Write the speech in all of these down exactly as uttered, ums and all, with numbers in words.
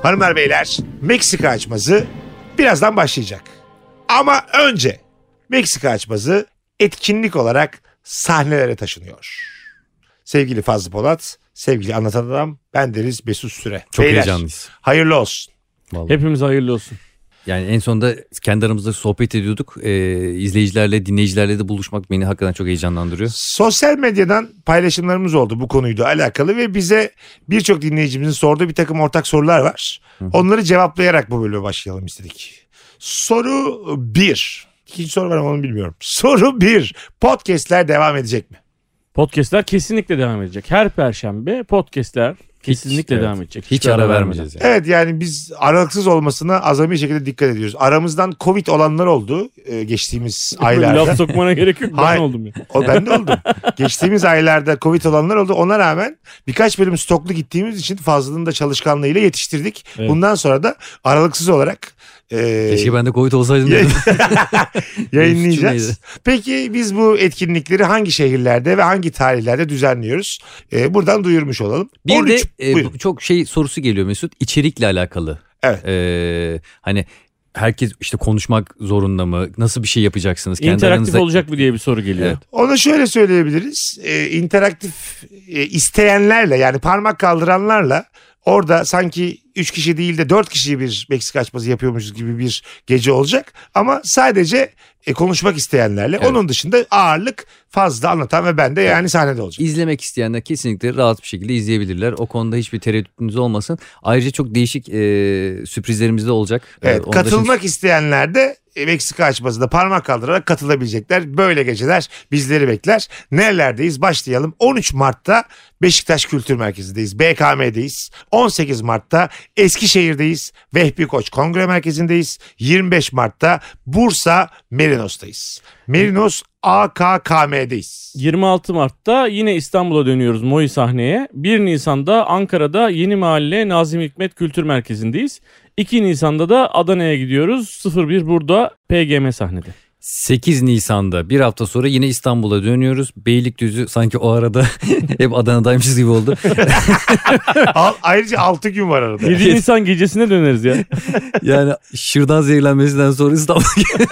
Hanımlar beyler, Meksika açması birazdan başlayacak. Ama önce Meksika açması etkinlik olarak sahnelere taşınıyor. Sevgili Fazlı Polat, sevgili Anlatan Adam, bendeniz Mesut Süre. Çok beyler, heyecanlıyız. Hayırlı olsun. Vallahi. Hepimiz hayırlı olsun. Yani en sonunda kendi aramızda sohbet ediyorduk. Ee, izleyicilerle, dinleyicilerle de buluşmak beni hakikaten çok heyecanlandırıyor. Sosyal medyadan paylaşımlarımız oldu bu konuyla alakalı ve bize birçok dinleyicimizin sorduğu bir takım ortak sorular var. Hı hı. Onları cevaplayarak bu bölüme başlayalım istedik. Soru bir. İkinci soru var ama onu bilmiyorum. Soru bir. Podcast'ler devam edecek mi? Podcast'ler kesinlikle devam edecek. Her perşembe podcast'ler kesinlikle Hiç, devam evet. edecek. Hiç, Hiç ara vermeyeceğiz. Yani. Evet, yani biz aralıksız olmasına azami şekilde dikkat ediyoruz. Aramızdan Covid olanlar oldu e, geçtiğimiz aylarda. Laf sokmana gerek yok. Ben oldum ya. O ben de oldum. Geçtiğimiz aylarda Covid olanlar oldu. Ona rağmen birkaç bölüm stoklu gittiğimiz için Fazlı'nın da çalışkanlığıyla yetiştirdik. Evet. Bundan sonra da aralıksız olarak e, keşke ben de Covid olsaydım dedim. yayınlayacağız. Peki biz bu etkinlikleri hangi şehirlerde ve hangi tarihlerde düzenliyoruz? E, buradan duyurmuş olalım. Bir on üç, de e, çok şey sorusu geliyor Mesut. İçerikle alakalı. Evet. Ee, hani herkes işte konuşmak zorunda mı? Nasıl bir şey yapacaksınız? Kendi İnteraktif aranızda... olacak mı diye bir soru geliyor. Evet. Onu şöyle söyleyebiliriz. E, interaktif e, isteyenlerle, yani parmak kaldıranlarla orada sanki üç kişi değil de dört kişi bir Meksika açması yapıyormuşuz gibi bir gece olacak. Ama sadece e, konuşmak isteyenlerle. Evet. Onun dışında ağırlık Fazla, Anlatan ve ben de yani sahnede olacak. İzlemek isteyenler kesinlikle rahat bir şekilde izleyebilirler. O konuda hiçbir tereddütünüz olmasın. Ayrıca çok değişik e, sürprizlerimiz de olacak. Evet, Onu katılmak şimdi... isteyenler de Meksika açmasında parmak kaldırarak katılabilecekler. Böyle geceler bizleri bekler. Nerelerdeyiz? Başlayalım. on üç Mart'ta Beşiktaş Kültür Merkezi'ndeyiz. B K M'deyiz. on sekiz Mart'ta Eskişehir'deyiz. Vehbi Koç Kongre Merkezi'ndeyiz. yirmi beş Mart'ta Bursa Merinos'tayız. Merinos A K K M'deyiz. yirmi altı Mart'ta yine İstanbul'a dönüyoruz Moi sahneye. bir Nisan'da Ankara'da Yeni Mahalle Nazım Hikmet Kültür Merkezi'ndeyiz. iki Nisan'da da Adana'ya gidiyoruz. sıfır bir burada P G M sahnede. sekiz Nisan'da bir hafta sonra yine İstanbul'a dönüyoruz. Beylikdüzü sanki o arada hep Adana'daymışız gibi oldu. Ayrıca altı gün var arada. yedi Nisan gecesine döneriz ya. Yani şırdan zehirlenmesinden sonra İstanbul'a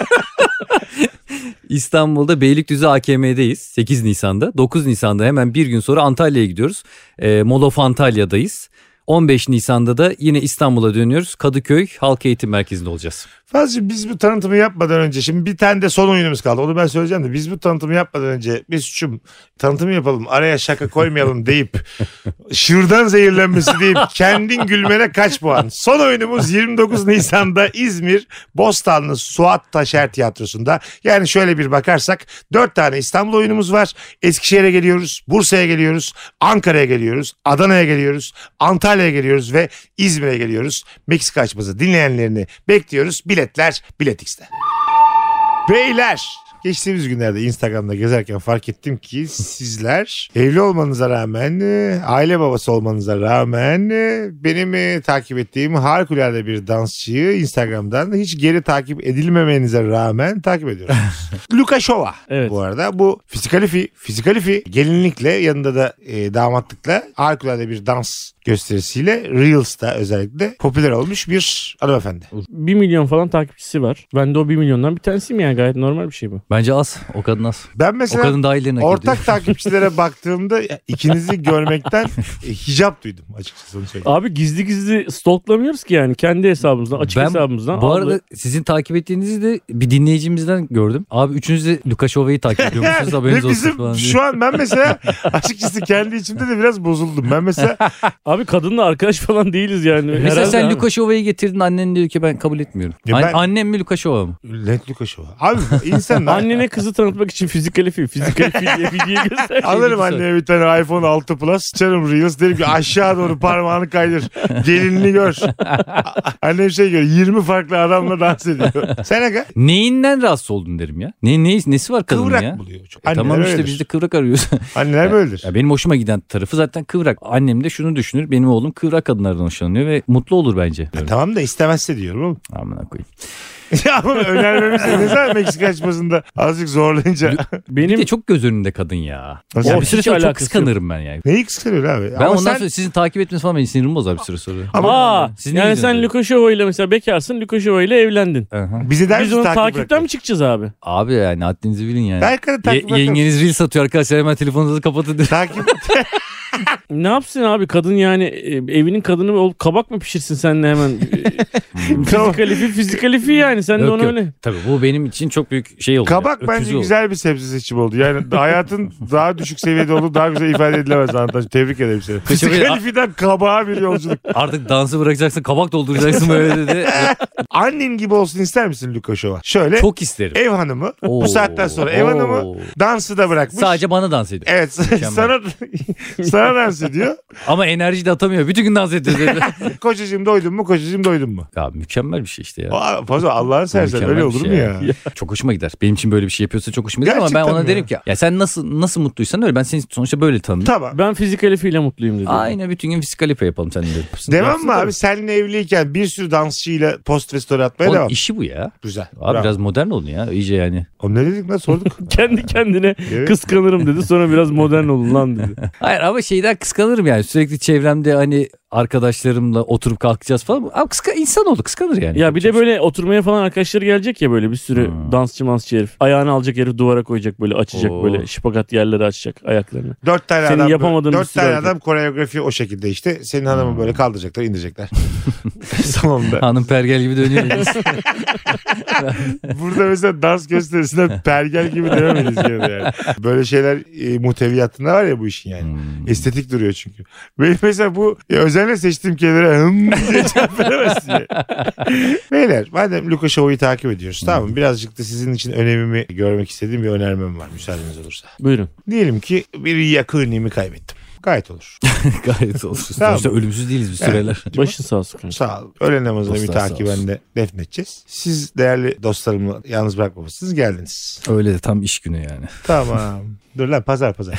İstanbul'da Beylikdüzü A K M'deyiz sekiz Nisan'da. dokuz Nisan'da hemen bir gün sonra Antalya'ya gidiyoruz. E, Mall of Antalya'dayız. on beş Nisan'da da yine İstanbul'a dönüyoruz. Kadıköy Halk Eğitim Merkezi'nde olacağız. Fazla biz bu tanıtımı yapmadan önce, şimdi bir tane de son oyunumuz kaldı. Onu ben söyleyeceğim de biz bu tanıtımı yapmadan önce Mesut'cum tanıtımı yapalım, araya şaka koymayalım deyip şırdan zehirlenmesi deyip kendin gülmene kaç puan? Son oyunumuz yirmi dokuz Nisan'da İzmir Bostanlı Suat Taşer Tiyatrosu'nda. Yani şöyle bir bakarsak dört tane İstanbul oyunumuz var. Eskişehir'e geliyoruz, Bursa'ya geliyoruz, Ankara'ya geliyoruz, Adana'ya geliyoruz, Antalya'ya geliyoruz ve İzmir'e geliyoruz. Meksika açması dinleyenlerini bekliyoruz. Biletler Bilet X'te. Beyler, geçtiğimiz günlerde Instagram'da gezerken fark ettim ki sizler evli olmanıza rağmen, aile babası olmanıza rağmen benim takip ettiğim harikulade bir dansçıyı Instagram'dan hiç geri takip edilmemenize rağmen takip ediyorsunuz. Luka Şova. Evet. Bu arada bu fizikalifi, fizikalifi gelinlikle yanında da e, damatlıkla harikulade bir dans gösterisiyle Reels'ta özellikle popüler olmuş bir hanımefendi. bir milyon falan takipçisi var. Ben de o bir milyondan bir tanesiyim yani, gayet normal bir şey bu. Bence az. O kadın az. Ben mesela o kadın daha iyilerini hak ortak ediyor. takipçilere baktığımda ikinizi görmekten e, hicap duydum açıkçası, onu söyleyeyim. Abi gizli gizli stalklamıyoruz ki yani, kendi hesabımızdan, açık ben, hesabımızdan. Bu Abi... arada sizin takip ettiğinizi de bir dinleyicimizden gördüm. Abi üçünüz de Luka Şova'yı takip ediyormuşsunuz, haberiniz Ve olsun bizim falan diye. şu an ben mesela açıkçası kendi içimde de biraz bozuldum. Ben mesela Abi kadınla arkadaş falan değiliz yani. Mesela Herhalde sen abi. Luka Şova'yı getirdin, annen diyor ki ben kabul etmiyorum. Ya An- ben- Annem mi Luka Şova mı? net Luka Şova. Abi insanlar Annene kızı tanıtmak için fizikalifi, fizikalifi diye video göster. alırım güzel. anneme bir tane iPhone altı Plus, çarım Reels, derim ki aşağı doğru parmağını kaydır, gelinini gör. Annem şey gör, yirmi farklı adamla dans ediyor. Sen aga Neyinden rahatsız oldun derim ya. Ne, ne nesi var kadının kıvrak ya? buluyor. Çok. E Anneler tamam işte öyledir. biz de kıvrak arıyoruz. Anneler böyledir. Ya benim hoşuma giden tarafı zaten kıvrak. Annem de şunu düşünür. Benim oğlum kıvrak kadınlardan hoşlanıyor ve mutlu olur bence. Ya tamam da istemezse diyorum oğlum. Amına koyayım. Ya ama önermemiz de ne zaman Meksika açmasında azıcık zorlayınca. Bir Benim de çok göz önünde kadın ya. Nasıl Ya yani? bir süre Hiç sonra çok alakası kıskanırım ben yani. Neyi kıskanıyor abi? Ben Ama ondan sen- sonra sizin takip etmeniz falan benim sinirimi bozar bir süre sonra. Ama Aa, Siz ne yani gidiyorsunuz sen öyle? Lukashenko ile mesela bekarsın, Lukashenko ile evlendin. Aha. bizi der Biz misin onu takip takipten bırakın? mi çıkacağız abi? Abi yani haddinizi bilin yani. Belki de takip Ye- bırakın. yengeniz reel satıyor arkadaşlar, hemen telefonunuzu kapatın. Takip. Ne yapsın abi kadın yani e, evinin kadını ol kabak mı pişirsin sen de hemen? Fizikalifi fizikalifi yani sen de Yok, onu yok. öyle. Tabii bu benim için çok büyük şey oldu. Kabak ya, bence öküzü oldu. güzel bir sebze seçimi oldu. Yani hayatın daha düşük seviyede olduğu daha güzel ifade edilemez Antaş. Tebrik ederim seni. Kışa bir- Fizikalifiden kabağa bir yolculuk. Artık dansı bırakacaksın, kabak dolduracaksın böyle dedi. Annen gibi olsun ister misin Lukashenko? Şöyle Çok isterim. ev hanımı Oo, bu saatten sonra ev oo. hanımı dansı da bırakmış. Sadece bana dans ediyor. Evet sana sana dans ediyor. Ama enerji de atamıyor. Bütün gün dans ediyor dedi. Kocacığım doydun mu? Kocacığım doydun mu? Ya mükemmel bir şey işte ya. Aa, fazla Allah'ın seversen Mükemmel öyle bir olur şey mu ya. ya? Çok hoşuma gider. Benim için böyle bir şey yapıyorsa çok hoşuma gider ama ben Gerçekten ona mi derim ya? ki ya sen nasıl nasıl mutluysan öyle, ben seni sonuçta böyle tanıdım. Tamam. Ben fizikalifiyle mutluyum dedi. Aynen, bütün gün fiskalife yapalım seninle. Devam Yapsın mı tabii. abi? Seninle evliyken bir sürü dansçıyla post ve story atmaya Oğlum devam. işi bu ya. Güzel. Abi Bravo. biraz modern olun ya iyice yani. O ne dedik lan sorduk. Kendi kendine Evet. kıskanırım dedi, sonra biraz modern olun lan dedi. Hayır ama şeyden kıskanırım yani, sürekli çevremde hani arkadaşlarımla oturup kalkacağız falan. Abi kıskan, insan oldu kıskanır yani. Ya bir de böyle oturmaya falan arkadaşları gelecek ya, böyle bir sürü Hmm. dansçı mansçı herif. Ayağını alacak herif duvara koyacak, böyle açacak, Oo. böyle şipagat yerleri açacak ayaklarını. Dört tane Senin adam, yapamadığın bir dört sürü tane hareket. adam koreografi o şekilde işte. Senin hanımı Hmm. böyle kaldıracaklar, indirecekler. Salonda. Hanım pergel gibi dönüyoruz. Burada mesela dans gösterisinde pergel gibi dememeyiz yani. yani. Böyle şeyler e, muhteviyatında var ya bu işin yani. Hmm. Estetik duruyor çünkü. Benim mesela bu e, özenle seçtiğim kelimelere hım diye cevap veremezsin ya. Beyler madem Lukashenko'yu takip ediyoruz, tamam mı? Birazcık da sizin için önemimi görmek istediğim bir önermem var müsaadeniz olursa. Buyurun. Diyelim ki bir yakınımı kaybettim. Gayet olur. Gayet olsun. Tamam. Sonuçta ölümsüz değiliz bir süreler. Başın sağ olsun. Sağ ol. Öğle namazını Dostlar sağ mütakiben de defnedeceğiz. Siz değerli dostlarımı yalnız bırakmamışsınız, geldiniz. Öyle de tam iş günü yani. Tamam. Dur lan pazar pazar.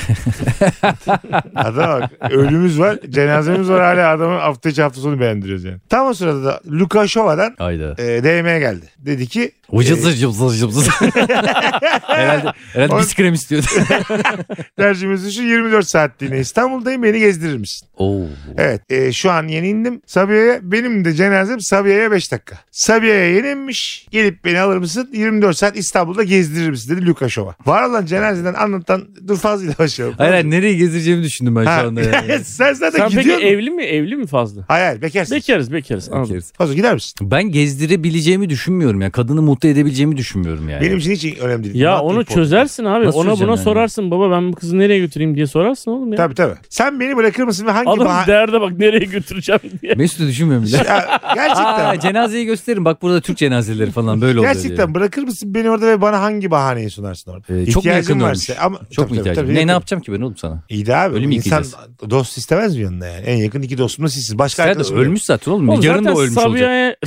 Adam bak ölümümüz var, cenazemiz var, hala adamı hafta içi hafta sonu beğendiriyoruz yani. Tam o sırada da Lukashenko'dan Hayda. e, D M'ye geldi. Dedi ki Vıcılsız cıbsız cıbsız. herhalde herhalde O- biskrem istiyordu. tercümesi şu yirmi dört saatliğine İstanbul'dayım, beni gezdirir misin? Oo. Evet e, şu an yeni indim Sabiha'ya, benim de cenazem Sabiha'ya beş dakika. Sabiha'ya yeni inmiş, gelip beni alır mısın, yirmi dört saat İstanbul'da gezdirir misin dedi Lukashenko. Var olan cenazeden anlatan dur fazla başlayalım. Hayır, hayır, nereye gezdireceğimi düşündüm ben Ha, şu anda yani. sen zaten Sen peki gidiyorsun. evli mi? Evli mi fazla? Hayır hayır bekarsın. Bekarız bekarız. Anladım. Bakıyoruz. Fazla gider misin? Ben gezdirebileceğimi düşünmüyorum ya. Kadını mutlu edebileceğimi düşünmüyorum yani. Benim için hiç önemli değil. Ya Not onu important. çözersin abi. Nasıl Ona çözeceğim buna yani? sorarsın, baba ben bu kızı nereye götüreyim diye sorarsın oğlum ya. Tabii tabii. Sen beni bırakır mısın ve hangi Adam bahane... derde bak nereye götüreceğim diye. Mesut'u düşünmüyorum bile. Ya, gerçekten. Aa, cenazeyi gösteririm. Bak burada Türk cenazeleri falan böyle oluyor. Gerçekten diye. bırakır mısın beni orada ve bana hangi bahaneyi sunarsın orada? Ee, çok mu İhtiyacın yakın varsa. ölmüş? Ama, Çok tabii, mu tabii, ihtiyacım? tabii, Ne yakın. ne yapacağım ki ben oğlum sana? İyi de abi. Ölüm insan yıkayacağız. dost istemez mi yanında yani? En yakın iki dostum da sizsiniz. Başka Sen de arkadaşım yok. ölmüş zaten oğlum. Oğlum yarın da zaten ölmüş olacak. Sabiha'ya...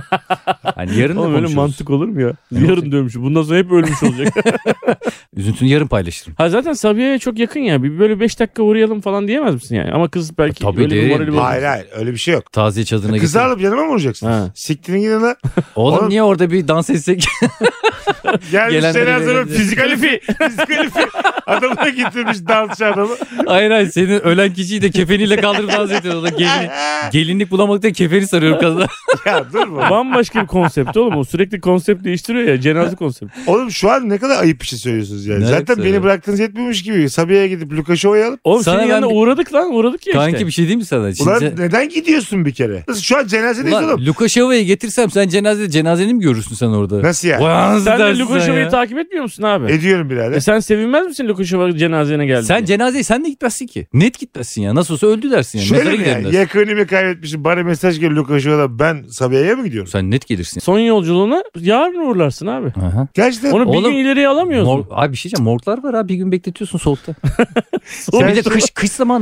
Hani yarın da Oğlum öyle konuşuruz. mantık olur mu ya? Ne Yarın olacak? da ölmüş. Bundan sonra hep ölmüş olacak. Üzüntünü yarın paylaşırım. Ha zaten Sabiha'ya çok yakın ya. Bir böyle beş dakika uğrayalım falan diyemez misin yani? Ama kız belki Tabii öyle bir değil. morali bozulur. Hayır hayır öyle bir şey yok. Taziye çadırına Kızı getir. alıp yanıma mı vuracaksın? Ha. Siktirin gidin lan. Oğlum, Oğlum- niye orada bir dans etsek? Gelmiş Gelenleri cenazeme verelim. fizikalifi. Fizikalifi. Adamı da getirmiş dansçı adamı. hayır hayır, senin ölen kişiyi de kefeniyle kaldırıp dans ediyor. Orada gelin, gelinlik bulamakta kefeni sarıyorum kadına. Ya dur mu? Bambaşka bir konsept oğlum. O sürekli konsept değiştiriyor ya. Cenaze konsepti. Oğlum şu an ne kadar ayıp bir şey söylüyorsunuz yani. Ne Zaten alakası beni var? bıraktığınız yetmiyormuş gibi. Sabiha'ya gidip Lukashenko'yu alıp. Oğlum Sana senin ben yanında bir- uğradık lan. Uğradık ya Kanki işte. bir şey diyeyim mi sana? Şimdi Ulan sen- neden gidiyorsun bir kere? Nasıl şu an cenazedeyiz oğlum. Ulan Lukashenko'yu getirsem sen cenazede cenazeni mi görürsün sen orada? Nasıl yani? Vay anasını Sen de dersin Lukashenko'yu ya. takip etmiyor musun abi? Ediyorum birader. E sen sevinmez misin Lukashenko cenazene geldi? Sen diye? cenazeye sen de gitmezsin ki. Net gitmezsin ya. Nasıl olsa öldü dersin ya. Şöyle Mezara mi gidelim yani? dersin. Yakınımı kaybetmişim. Bana mesaj geliyor Lukashenko'da. Ben Sabiha'ya mı gidiyorum? Sen net gelirsin. Son yolculuğuna yarın uğurlarsın abi. Aha. Gerçekten. Onu bir Oğlum, gün ileriye alamıyorsun. Mor, abi bir şey diyeceğim. Morglar var abi. Bir gün bekletiyorsun soğukta. Oğlum bir de Sen- kış, kış zamanı oğlum.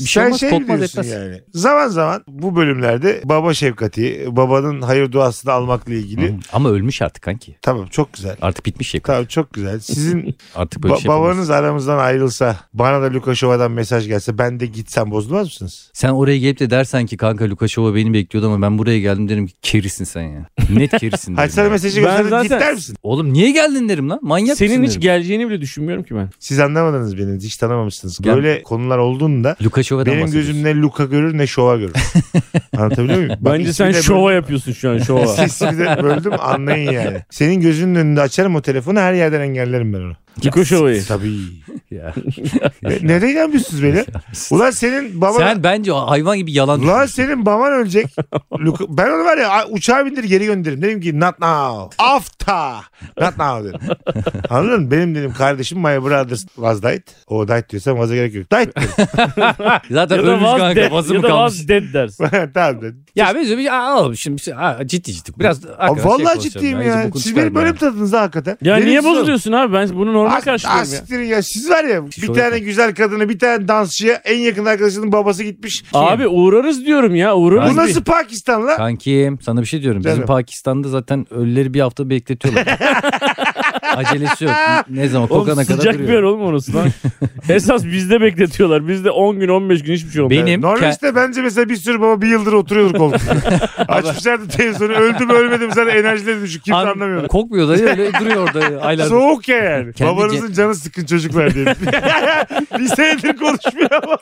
Bir şey Sen olmaz, şey kokmaz diyorsun etmez. yani. Zaman zaman bu bölümlerde baba şefkati, babanın hayır duasını almakla ilgili. Hı. Ama ölmüş artık kanki. Tamam, çok güzel. Artık bitmiş şey. Tamam, çok güzel. Sizin Artık böyle ba- bir şey yapamaz. babanız aramızdan ayrılsa, bana da Lukashova'dan mesaj gelse, ben de gitsem bozulmaz mısınız? Sen oraya gelip de dersen ki kanka Lukashova beni bekliyordu ama ben buraya geldim derim ki kerisin sen ya. Net kerisin derim. Hadi sana ya. mesajı Ben gönderdim, zaten- git der misin? Oğlum niye geldin derim lan? Manyak Senin mısın hiç derim. geleceğini bile düşünmüyorum ki ben. Siz anlamadınız beni, hiç tanımamışsınız. Gel. Böyle konular olduğunda Lukashova'dan benim bahsediyorsun. gözüm ne Luka görür ne şova görür. Anlatabiliyor muyum? Bak, Bence ismi sen de şova böldüm. yapıyorsun şu an şova. Sesimi de böldüm, anlayın yani. Senin gözünün önünde açarım o telefonu, her yerden engellerim ben onu. Lukashova'yı. Tabii. Ya. Ne, nereye inanmıyorsunuz beni? Ulan senin baban... Sen bence o hayvan gibi yalan Ulan düşünüyorsun. senin baban ölecek. Luka- ben onu var ya uçağa bindir geri gönderirim. Dedim ki not now. After. Not now dedim. Anladın mı? Benim dedim kardeşim my brother was died. O died diyorsam was'a gerek yok. Died dedim. Zaten Ya da ölmüş was kanka. dead, Vazı ya mı da kalmış? was dead dersin. Tamam dedim. Ya biz bir aa, oğlum şimdi bir şey- aa, ciddi ciddi. Biraz Abi hakikaten vallahi şey ciddiyim konuşalım ya. iyice bokunu Siz benim çıkarma böyle ya. mi tadınız ha hakikaten? Ya Benim niye size- bozuluyorsun abi? Ben bunu normal Ah, karşılıyorum ah, ya. siktirin ya. Siz var ya bir şey tane yapma. güzel kadını, bir tane dansçıya, en yakın arkadaşının babası gitmiş. Abi uğrarız diyorum ya uğrarız. Bu Kanki. nasıl Pakistan lan? Kankim sana bir şey diyorum. Bizim Canım. Pakistan'da zaten ölüleri bir hafta bekletiyorlar. Acelesi yok. Ne zaman Oğlum kokana kadar sıcak bir duruyor. yer oğlum orası lan. Esas bizde bekletiyorlar. Bizde on gün on beş gün hiçbir şey olmuyor. Benim- Norveç'te bence mesela bir sürü baba bir yıldır oturuyordur koltukta. Açmışlardı televizyonu, öldü mü ölmedi mi zaten enerjileri düşük, kimse Abi, anlamıyor. kokmuyor da öyle duruyor orada aylardır. Soğuk ya yani. Kendi Babanızın canı sıkın çocuklar diye. Bir senedir konuşmuyor ama.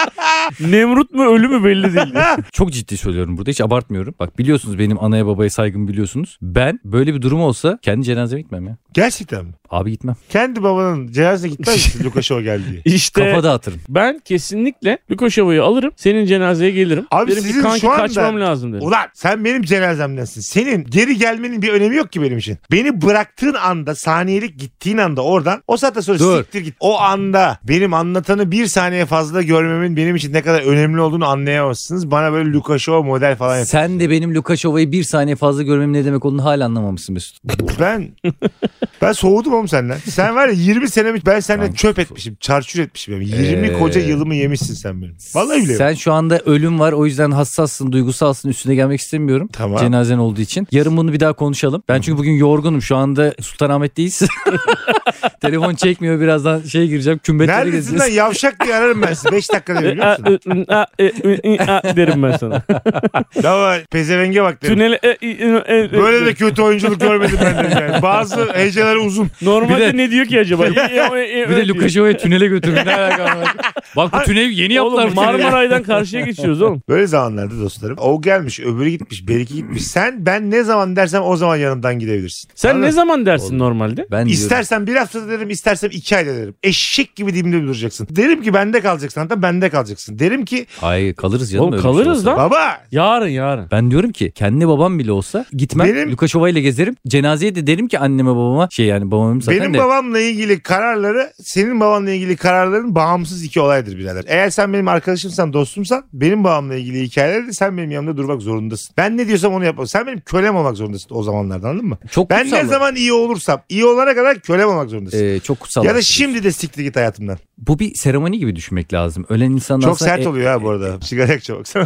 Nemrut mu ölü mü belli değil. Çok ciddi söylüyorum burada, hiç abartmıyorum. Bak biliyorsunuz benim anaya babaya saygımı biliyorsunuz. Ben böyle bir durum olsa kendi cenazeme gitmem ya. Gerçekten mi? Abi gitmem. Kendi babanın cenazesine gitmez misin Lukashov'a geldi diye? İşte Kafa dağıtırım. ben kesinlikle Lukashova'yı alırım. Senin cenazeye gelirim. Abi derim ki sizin kanki şu anda- kaçmam lazım derim. Ulan sen benim cenazemdensin. Senin geri gelmenin bir önemi yok ki benim için. Beni bıraktığın anda, saniyelik gittiğin anda oradan, o saatte sonra Dur. siktir git. O anda benim anlatanı bir saniye fazla görmemin benim için ne kadar önemli olduğunu anlayamazsınız. Bana böyle Lukashova model falan yapın. Sen de benim Lukashova'yı bir saniye fazla görmem ne demek olduğunu hala anlamamışsın Mesut. Ben ben soğudum oğlum senden. Sen var ya yirmi senemi ben seninle Kanka. çöp etmişim. Çarçur etmişim. Yani. yirmi Ee, koca yılımı yemişsin sen benim. Vallahi biliyorum. Sen şu anda ölüm var, o yüzden hassassın, duygusalsın, üstüne gelmek istemiyorum. Tamam. Cenazen olduğu için. Yarın bunu bir daha konuşalım. Ben çünkü bugün yorgunum. Şu anda Sultanahmet'teyiz. Telefon çekmiyor, birazdan şey gireceğim. Kümbetleri Neredesin lan gezeceğiz. yavşak diye ararım ben sizi. beş dakikada biliyor musun? derim ben sana. Daha pezevenge bak derim. Tünele e, e, e, e, Böyle de kötü oyunculuk görmedim ben dedim yani. Bazı heceler uzun. Normalde Bir de- ne diyor ki acaba? E, Bir de Lukashova'yı tünele götürün. Ne alaka var? Bak bu tüneli yeni yaptılar. Oğlum bu tüneli. Marmaray'dan karşıya geçiyoruz oğlum. Böyle zamanlarda dostlarım. O gelmiş, öbürü gitmiş, beriki gitmiş. Sen ben ne zaman dersem o zaman yanından gidebilirsin. Sen Anladın ne mı? zaman dersin Oğlum. normalde? Ben diyorum. İstersen bir haftada derim, istersen iki ayda derim. Eşek gibi dibimde duracaksın. Derim ki bende kalacaksın. Hatta bende kalacaksın. Derim ki Ay kalırız canım. Oğlum, öyle bir şey kalırız olsa. lan. baba Yarın yarın. Ben diyorum ki kendi babam bile olsa gitmem. Benim- Lukashova ile gezerim. Cenazeye de derim ki anneme babama şey yani babamın zaten benim de. babamla ilgili kararları senin babanla ilgili kararların bağımsız iki olaydır birader. Eğer sen benim arkadaşımsan, dostumsan benim babamla ilgili hikayeleri sen benim yanımda durmak zorundasın. Ben ne diyorsam onu yapmak. Sen benim kölem olmak zorundasın o zamanlarda, anladın mı? Çok Ben kutsal. ne zaman iyi olursam, iyi olana kadar kölem olmak zorundasın. Ee, çok kutsal. Ya da şimdi de siktir git hayatımdan. Bu bir seremoni gibi düşünmek lazım. Ölen insanlar Çok aslında sert e- oluyor ha bu arada. Sigara yakça baksana.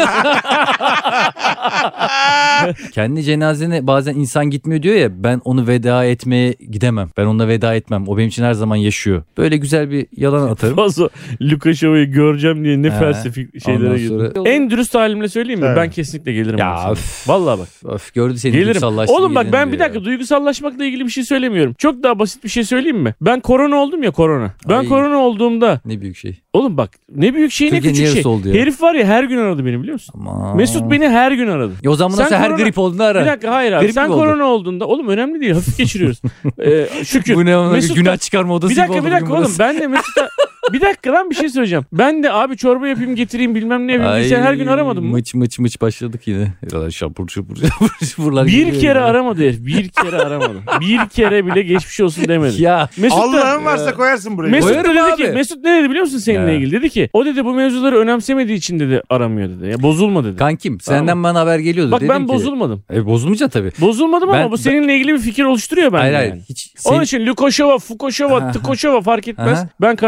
kendi cenazene bazen insan gitmiyor diyor ya, ben onu veda etmeye gidemem. Ben onunla veda etmem. O benim için her zaman yaşıyor. Böyle güzel bir yalan atarım. Fazla Lukashova'yı göreceğim diye ne He. felsefik Ondan şeylere sonra- girdim. En dürüst halimle söyleyeyim mi? Evet. Ben kesinlikle gelirim. Ya ona. öf. Vallahi bak. Öf, gördü seni Gelirim. duygusallaştı. Oğlum bak ben gelirim bir diyor dakika duygusallaşmakla ilgili bir şey söylemiyorum. Çok daha basit bir şey söyleyeyim mi? Ben korona oldum ya korona. Ben Ay. korona olduğumda Ne büyük şey. oğlum bak ne büyük şey ne Türkiye'nin küçük şey. yarısı oldu ya. Herif var ya her gün aradı beni biliyor musun? Aman. Mesut beni her gün aradı. Ya o zaman Sen nasıl her korona- grip olduğunu ara. Bir dakika hayır abi Grip sen gibi oldu. korona olduğunda oğlum önemli değil hafif geçiriyoruz. ee, şükür. Bu ne ona Mesut da- günah çıkarma odası Bir gibi dakika oldu bir dakika bugün oğlum burası. ben de Mesut'a bir dakika lan bir şey söyleyeceğim. Ben de abi çorba yapayım getireyim bilmem ne yapayım. Ay, Sen her gün aramadın mı? Mıç mıç mıç başladık yine. Şapur şapur şapur şapurlar Bir geliyor kere ya. aramadı herif. Bir kere aramadı. Bir kere bile geçmiş olsun demedi. Ya Mesut da, Allah'ın varsa koyarsın buraya. Mesut da Koyarım dedi abi. ki Mesut ne dedi biliyor musun seninle Ya. ilgili? Dedi ki o dedi bu mevzuları önemsemediği için dedi aramıyor dedi. Ya bozulma dedi. kankim Tamam. senden bana haber geliyordu. Bak Dedim ben ki, bozulmadım. E, bozulmayacaksın tabii. Bozulmadım Ben- ama bu seninle ilgili bir fikir oluşturuyor bende Hayır yani. hayır. Hiç Onun sen- için Lukashova, Fukoshova, Aha. Tıkoshova fark etmez. Aha. Ben kardeşimin her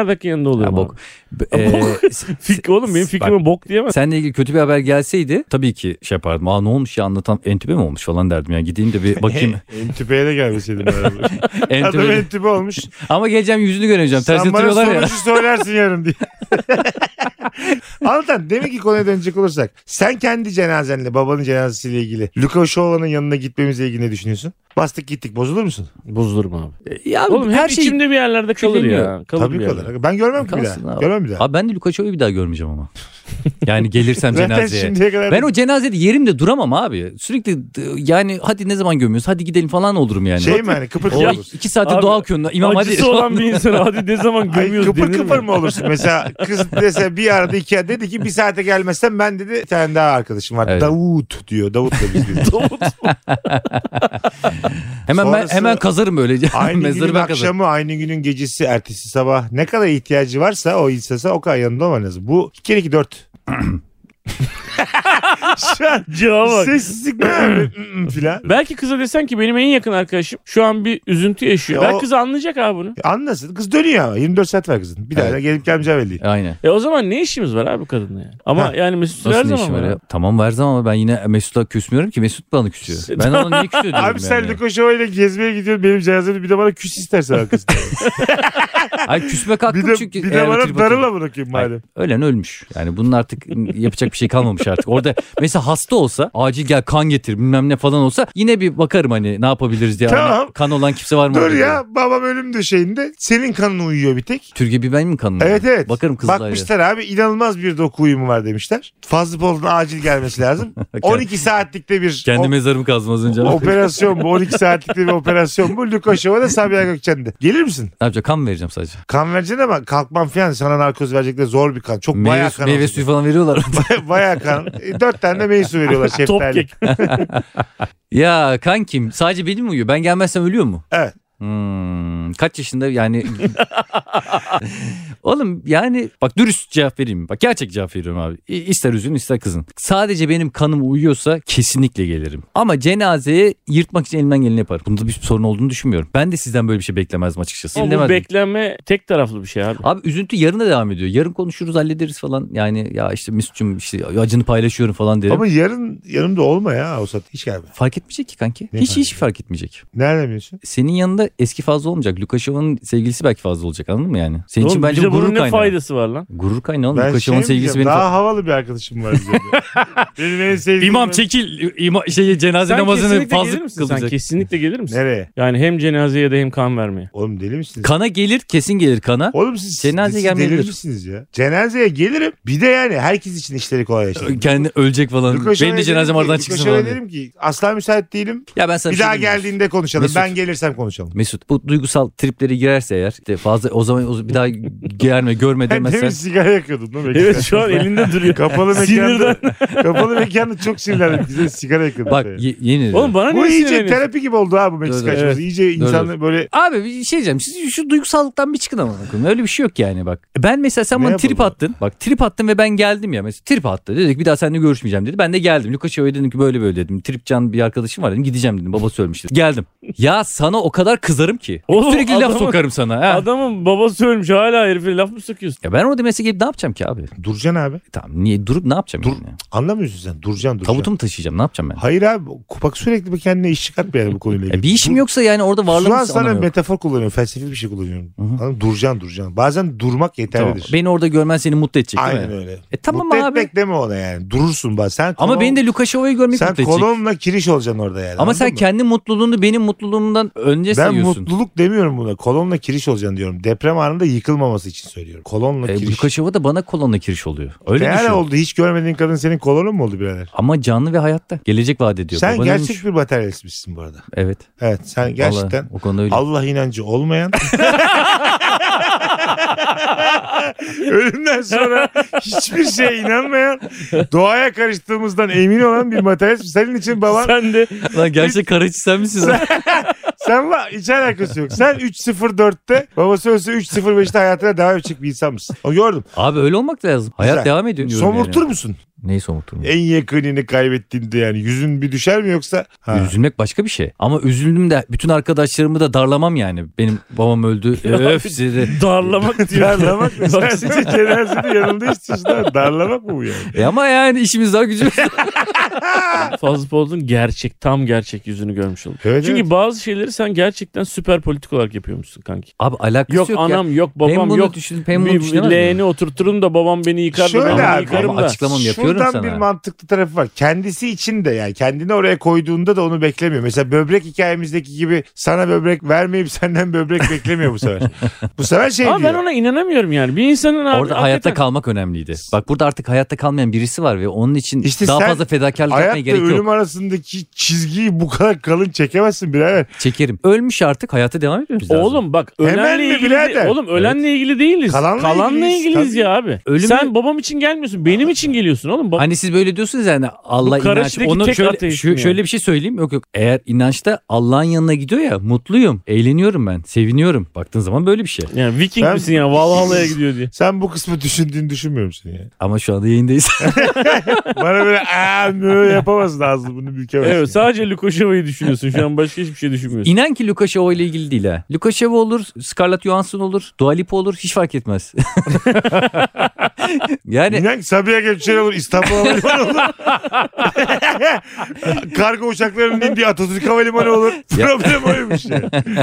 Serdak'ın yanında oluyorum. Ya, abi. bok. Ee, Fik, oğlum benim fikrime bok diyemez. Seninle ilgili kötü bir haber gelseydi tabii ki şey yapardım. Aa ne olmuş ya, anlatan entübe mi olmuş falan derdim. Yani gideyim de bir bakayım. Entübeye de gelmeseydim beraber. Adam Entübe. entübe olmuş. Ama geleceğim yüzünü göreceğim. Ters Sen bana yatırıyorlar ya. sonucu söylersin yarın diye. Anlatan, demek ki konuya dönecek olursak. Sen kendi cenazenle, babanın cenazesiyle ilgili Lukashova'nın yanına gitmemizle ilgili ne düşünüyorsun? Bastık gittik, bozulur musun? Bozulurum abi. Ya Oğlum her hep şey içimde bir yerlerde kalır küleniyor. ya. Kalır Tabii bir yerde. kalır. Ben görmem ki bir Kalsın daha. abi. Görmem bir daha. Abi ben de Lukashova'yı bir daha görmeyeceğim ama. Yani gelirsem Zaten cenazeye. şimdiye kadar... Ben o cenazede yerimde duramam abi. Sürekli yani hadi ne zaman gömüyoruz, hadi gidelim falan olurum yani. Şey mi hani kıpır O kıpır iki, olursun? iki saate Abi, dua okuyorsun. İmam hadi. Acısı olan bir insan hadi ne zaman Ay, gömüyoruz kıpır denir kıpır mi? mı olursun? Mesela kız dese bir arada iki arada dedi ki bir saate gelmezsem ben dedi bir tane daha arkadaşım var. Evet. Davut diyor. Davut da biz biz. Hemen Sonrası- ben hemen kazarım böylece. Aynı Mezarı günün ben kazarım. akşamı, aynı günün gecesi, ertesi sabah ne kadar ihtiyacı varsa o insana o kadar yanında olman lazım. Bu iki kere iki dört. Şu an Cevaba bak. sessizlik ne abi? Filan. Belki kıza desen ki benim en yakın arkadaşım şu an bir üzüntü yaşıyor. Ya Belki o- kız anlayacak abi bunu. Anlasın. Kız dönüyor ama. yirmi dört saat var kızın. Bir daha Evet. da gelip gelmeyeceği belli. Aynen. E o zaman ne işimiz var abi kadınla yani? Ama Ha. yani Mesut Süre her Nasıl ne zaman işim var var. ya? ya. Tamam her zaman ama ben yine Mesut'a küsmüyorum ki, Mesut bana küsüyor. Ben ona niye küsüyor diyorum Abi sen yani. Lukashov'a ile gezmeye gidiyorsun. Benim cenazemde bir de bana küs istersen arkasında. Ay küsmek hakkım bir de, çünkü. bir de eğer o bana trip atıyor. darıla bırakayım Ay, madem. ölen ölmüş. Yani bunun artık yapacak bir şey kalmamış artık. Orada mesela hasta olsa acil gel kan getir bilmem ne falan olsa yine bir bakarım hani ne yapabiliriz diye. Tamam. Hani kan olan kimse var mı? Dur orada diye. ya, babam ölüm döşeğinde senin kanın uyuyor bir tek. Türkiye bir ben mi kanım? Evet evet. Bakarım kızlar. Bakmışlar abi, inanılmaz bir doku uyumu var demişler. Fazla Polat'ın acil gelmesi lazım. on iki saatlikte bir Kendi o- mezarımı kazmaz önce. Ne operasyon bu. on iki saatlikte bir operasyon bu. Lukashov'a da Sabiha Gökçen'de. Gelir misin? yapacak? Kan mı vereceğim sadece? Kan vereceksin ama kalkmam falan, sana narkoz verecekler, zor bir kan. Çok Meyve, bayağı kan. meyve alacak. suyu falan veriyorlar. Bayağı kan. E, dört tane de meyve suyu veriyorlar Top şeftali. kek. Ya kan kim? Sadece benim mi uyuyor? Ben gelmezsem ölüyor mu? Evet. Hmm, kaç yaşında yani? Oğlum yani bak dürüst cevap vereyim. Bak gerçek cevap veriyorum abi. İ- İster üzün ister kızın. Sadece benim kanım uyuyorsa kesinlikle gelirim. Ama cenazeye yırtmak için elimden geleni yaparım. Bunda bir sorun olduğunu düşünmüyorum. Ben de sizden böyle bir şey beklemezdim açıkçası. Ama bu Dinlemezdim. beklenme tek taraflı bir şey abi. Abi üzüntü yarına devam ediyor. Yarın konuşuruz hallederiz falan. Yani ya işte Mesut'cum işte acını paylaşıyorum falan derim. Ama yarın yanımda olma ya o saat. Hiç gelme. Fark etmeyecek ki kanki. Ne hiç fark hiç fark etmeyecek. Nereden biliyorsun? Senin yanında eski fazla olmayacak. Lukashova'nın sevgilisi belki fazla olacak, anladın mı yani? Senin için Oğlum, bence bize bu gurur bunun ne kaynağı. faydası var lan? Gurur kaynağı oğlum. Ben şey Lukashova'nın mi sevgilisi diyeceğim, benim. daha havalı bir arkadaşım var bize. Benim en sevdiğim. İmam çekil. İma, şey, cenaze Sen namazını kesinlikle fazla gelir misin? Sen kılacak. kesinlikle gelir misin? Nereye? Yani hem cenazeye ya da hem kan vermeye. Oğlum deli misiniz? Kana gelir, kesin gelir kana. Oğlum siz, Cenazeye siz gelmeyebilir. deli misiniz ya? Cenazeye gelirim. Bir de yani herkes için işleri kolaylaştırır. Kendi ölecek falan. Lukashova'ya Benim de cenazem derim ki- oradan çıksın Lukashova'ya falan. diye. derim ki asla müsait değilim. Ya ben sana Bir şey daha diyeyim mi? geldiğinde konuşalım. Mesut. Ben gelirsem konuşalım. Mesut bu duygusal triplere girerse eğer işte fazla o zaman o- bir daha gelme görme Ben demezsen. demin sigara yakıyordum değil mi? Evet şu an elinde duruyor. Kapalı mekanda, Sinirden. kapalı mekanda çok sinirlendim. Güzel sigara yakıyordum. Bak falan. ye- yeni. Oğlum bana Bu niye iyice sinirleniyorsun? terapi gibi oldu ha bu Meksika Dur, dur. açması. İyice insanı böyle Abi bir şey diyeceğim. Siz şu duygusallıktan bir çıkın ama. bakın. Öyle bir şey yok yani bak. Ben mesela sen Ne bana yapalım trip abi? attın. Bak trip attın ve ben geldim ya. Mesela trip attı. Dedik bir daha seninle görüşmeyeceğim dedi. Ben de geldim. Lukashova'ya dedim ki böyle böyle dedim. Tripcan bir arkadaşım var dedim. Gideceğim dedim. Babası ölmüştü. Geldim. Ya sana o kadar kızarım ki. Oğlum, Sürekli laf adamın- sokarım sana. Ha. Adamın babası ölmüş hala herife laf mı sokuyorsun? Ya ben orada mesela gelip ne yapacağım ki abi? duracaksın abi. Tamam niye durup ne yapacağım Dur. yani? Anlamıyorsun sen. Duracaksın duracaksın. Tabutu mu taşıyacağım ne yapacağım ben? Hayır abi. Bak sürekli bir kendine iş çıkartma yani bu konuyla ilgili. E bir işim Dur- yoksa yani orada Şu an varlığımız sana anlamı yok. metafor kullanıyorum. Felsefi bir şey kullanıyorum. Hı hı. Anladın mı? Duracaksın duracaksın. Bazen durmak Tamam. yeterlidir. Beni orada görmen seni mutlu edecek değil Aynen mi? öyle. E tamam mutlu abi. etmek deme ona yani. Durursun bak. Sen Ama kolon- beni de Lukashova'yı görmek sen mutlu edecek. kolonla kiriş olacaksın orada yani. Ama anladın sen mı? kendi mutluluğunu benim mutluluğumdan önce Ben sayıyorsun. mutluluk demiyorum buna. Kolonla kiriş olacaksın diyorum. Deprem anında yıkılmaması için söylüyorum. Kolonla E, kiriş. Lukashova da bana kolonla kiriş oluyor. Öyle Ne düşün. ara oldu? Hiç görmediğin kadın senin kolonun mu oldu birader? Ama canlı ve hayatta. Gelecek vaat ediyor. Sen Baban gerçek ölmüş. bir materyalistmişsin bu arada. Evet. Evet sen gerçekten Vallahi, o konuda öyle. Allah inancı olmayan ölümden sonra hiçbir şeye inanmayan, doğaya karıştığımızdan emin olan bir materyalist. Senin için baban Sen de Lan gerçek Karaçi sen misin? lan? Sen var hiç alakası yok. Sen üç sıfır dörtte babası ölse üç sıfır beşte hayatına devam edecek bir insan mısın? O gördüm. Abi öyle olmak da lazım. Hayat Güzel. devam ediyor diyorum Somurtur yani. musun? Neyi somurtur mu? En yakınını kaybettiğinde yani yüzün bir düşer mi yoksa? Ha. Üzülmek başka bir şey. Ama üzüldüm de bütün arkadaşlarımı da darlamam yani. Benim babam öldü. Öf size. Darlamak diyor. Darlamak mı? Sen size cenazede yanında istiyorsun. Darlamak mı bu yani? E ama yani işimiz var gücümüz var. Fazıl Polat'ın gerçek, tam gerçek yüzünü görmüş olduk. Evet, Çünkü evet. bazı şeyleri sen gerçekten süper politik olarak yapıyormuşsun kanki. Abi alakası Yok, yok, anam ya. yok Hem babam bunu yok. düşünüp hem bunu Bir düşünemez mi? leğeni oturturum da babam beni yıkar da Şöyle ben onu abi, yıkarım ama da. açıklamamı yapıyorum Şuradan sana. bir mantıklı tarafı var. Kendisi için de yani kendini oraya koyduğunda da onu beklemiyor. Mesela böbrek hikayemizdeki gibi sana böbrek vermeyip senden böbrek beklemiyor bu sefer. Bu sefer şey Ama diyor. ben ona inanamıyorum yani. Bir insanın abi, Orada hayatta hakikaten- kalmak önemliydi. Bak burada artık hayatta kalmayan birisi var ve onun için İşte daha sen fazla fedakarlık yapmaya Hayatla gerek ölüm yok. arasındaki çizgiyi bu kadar kalın çekemezsin birader. Çekerim. Ölmüş artık hayata devam ediyoruz. lazım. Oğlum bak Hemen ölenle mi ilgili birader? de- oğlum ölenle ilgili değiliz. Kalanla Kalanla, ilgiliyiz, ilgiliyiz tabii. ya abi. Ölümü- Sen babam için gelmiyorsun. Benim için geliyorsun oğlum. Ba- Hani siz böyle diyorsunuz yani Allah Bu inanç. Karaçi'deki Onu tek şöyle, ateistim şu- yani. şöyle bir şey söyleyeyim. Yok yok. Eğer inançta Allah'ın yanına gidiyor ya mutluyum. Eğleniyorum ben. Seviniyorum. Baktığın zaman böyle bir şey. yani Viking Ben- misin ya? Valhalla'ya gidiyor diye. Sen bu kısmı düşündüğünü düşünmüyorum seni ya. Ama şu anda yayındayız. Bana böyle aaa mö yapamazsın ağzını bunu bükemezsin. Evet, sadece Lukashenko'yu düşünüyorsun. Şu an başka hiçbir şey düşünmüyorsun. İnan ki Lukashenko ile ilgili değil ha. Lukashenko olur, Scarlett Johansson olur, Dua Lipa olur hiç fark etmez. yani İnan ki Sabiha Gökçen olur, İstanbul Havalimanı olur. Kargo uçaklarının indiği Atatürk Havalimanı olur. Problem oymuş ya.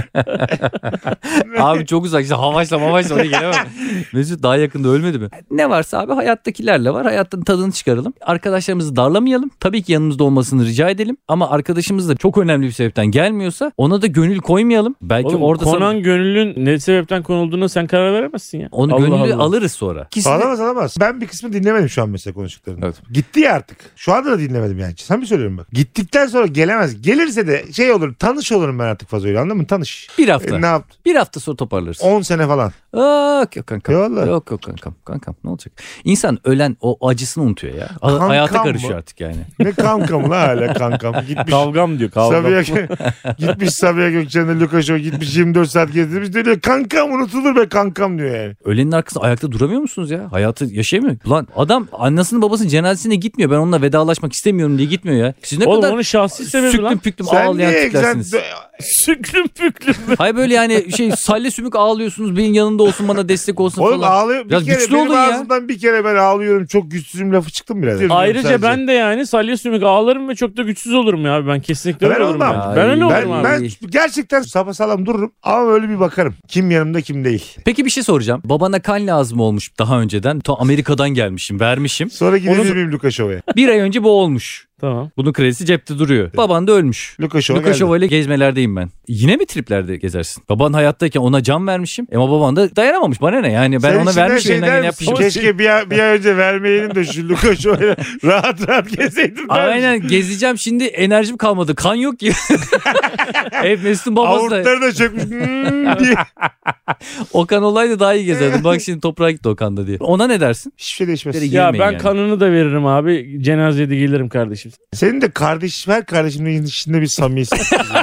abi çok uzak işte havaşla mavaşla oraya gelemem. Mesut daha yakında ölmedi mi? Ne varsa abi hayattakilerle var. Hayatın tadını çıkaralım. Arkadaşlarımızı darlamayalım. Tabii ki yanımızda olmasını rica edelim. Ama arkadaşımız da çok önemli bir sebepten gelmiyorsa ona da gönül koymayalım. Belki Oğlum, orada konan sana- gönüllün ne sebepten konulduğuna sen karar veremezsin ya. onu Allah gönüllü Allah. alırız sonra. İkisi de- Alamaz alamaz. Ben bir kısmı dinlemedim şu an mesela konuştuklarını. Evet. Gitti ya artık. Şu anda da dinlemedim yani. Sen mi söylüyorum bak. Gittikten sonra gelemez. Gelirse de şey olur, tanış olurum ben artık fazla öyle, anladın mı? Tanış. Bir hafta. E, ne yaptın? Bir hafta sonra toparlarız. on sene falan. Yok yok kankam. Vallahi. Yok yok kankam. Kankam ne olacak? İnsan ölen o acısını unutuyor ya. Ha- Kankam Hayata mı? karışıyor artık yani. Ne kankam la hala kankam. Gitmiş. Kavgam diyor kavgam. Sabiha, gitmiş Sabiha Gökçen'le Lukashenko gitmiş yirmi dört saat gezdirmiş diyor kankam unutulur be kankam diyor yani. Ölenin arkasında ayakta duramıyor musunuz ya? Hayatı yaşayamıyor. Ulan adam annesinin babasının cenazesine gitmiyor. Ben onunla vedalaşmak istemiyorum diye gitmiyor ya. Siz ne Oğlum kadar onun şahsi sebebi süklüm lan. püklüm Sen ağlayan niye tiplersiniz. egzant... Süklüm püklüm. Hayır böyle yani şey salle sümük ağlıyorsunuz. Benim yanında olsun bana destek olsun Oğlum falan. ağlıyor. Bir Biraz kere güçlü benim olun ya. ağzımdan bir kere ben ağlıyorum çok güçsüzüm lafı çıktı mı biraz? Ayrıca ben de yani salya sümük ağlarım ve çok da güçsüz olurum ya. Ben kesinlikle Ben öyle olurum olmam. yani. Ben öyle Ay, olurum ben, abi. ben gerçekten sapasağlam dururum ama öyle bir bakarım. Kim yanımda kim değil. Peki bir şey soracağım. Babana kan lazım olmuş daha önceden. Ta Amerika'dan gelmişim vermişim. Sonra gidebilir Onu- miyim Lukashenko'ya? Bir ay önce bu olmuş. Tamam. Bunun kredisi cepte duruyor. Baban da ölmüş. Lukashenko Lukashenko geldi. ile gezmelerdeyim ben. Yine mi triplerde gezersin? Baban hayattayken ona can vermişim. Ama baban da dayanamamış. Bana ne? Yani ben Sen ona içinden vermiş şey elinden der geleni misin? yapmışım. Keşke bir ay, bir ay önce vermeyelim de şu Lukashenko'yla rahat rahat gezeydim. der misin? Aynen gezeceğim şimdi enerjim kalmadı. Kan yok ki. Hep Mesut'un babası da. Avurtları da çökmüş. Hmm diye. Okan olaydı daha iyi gezerdim. Bak şimdi toprağa gitti Okan da diye. Ona ne dersin? Hiçbir şey değişmez. Direkt- Ya Girmeyin ben yani. kanını da veririm abi. Cenazeye de gelirim kardeşim. Senin de kardeş, her kardeşimle içinde bir samimiyet.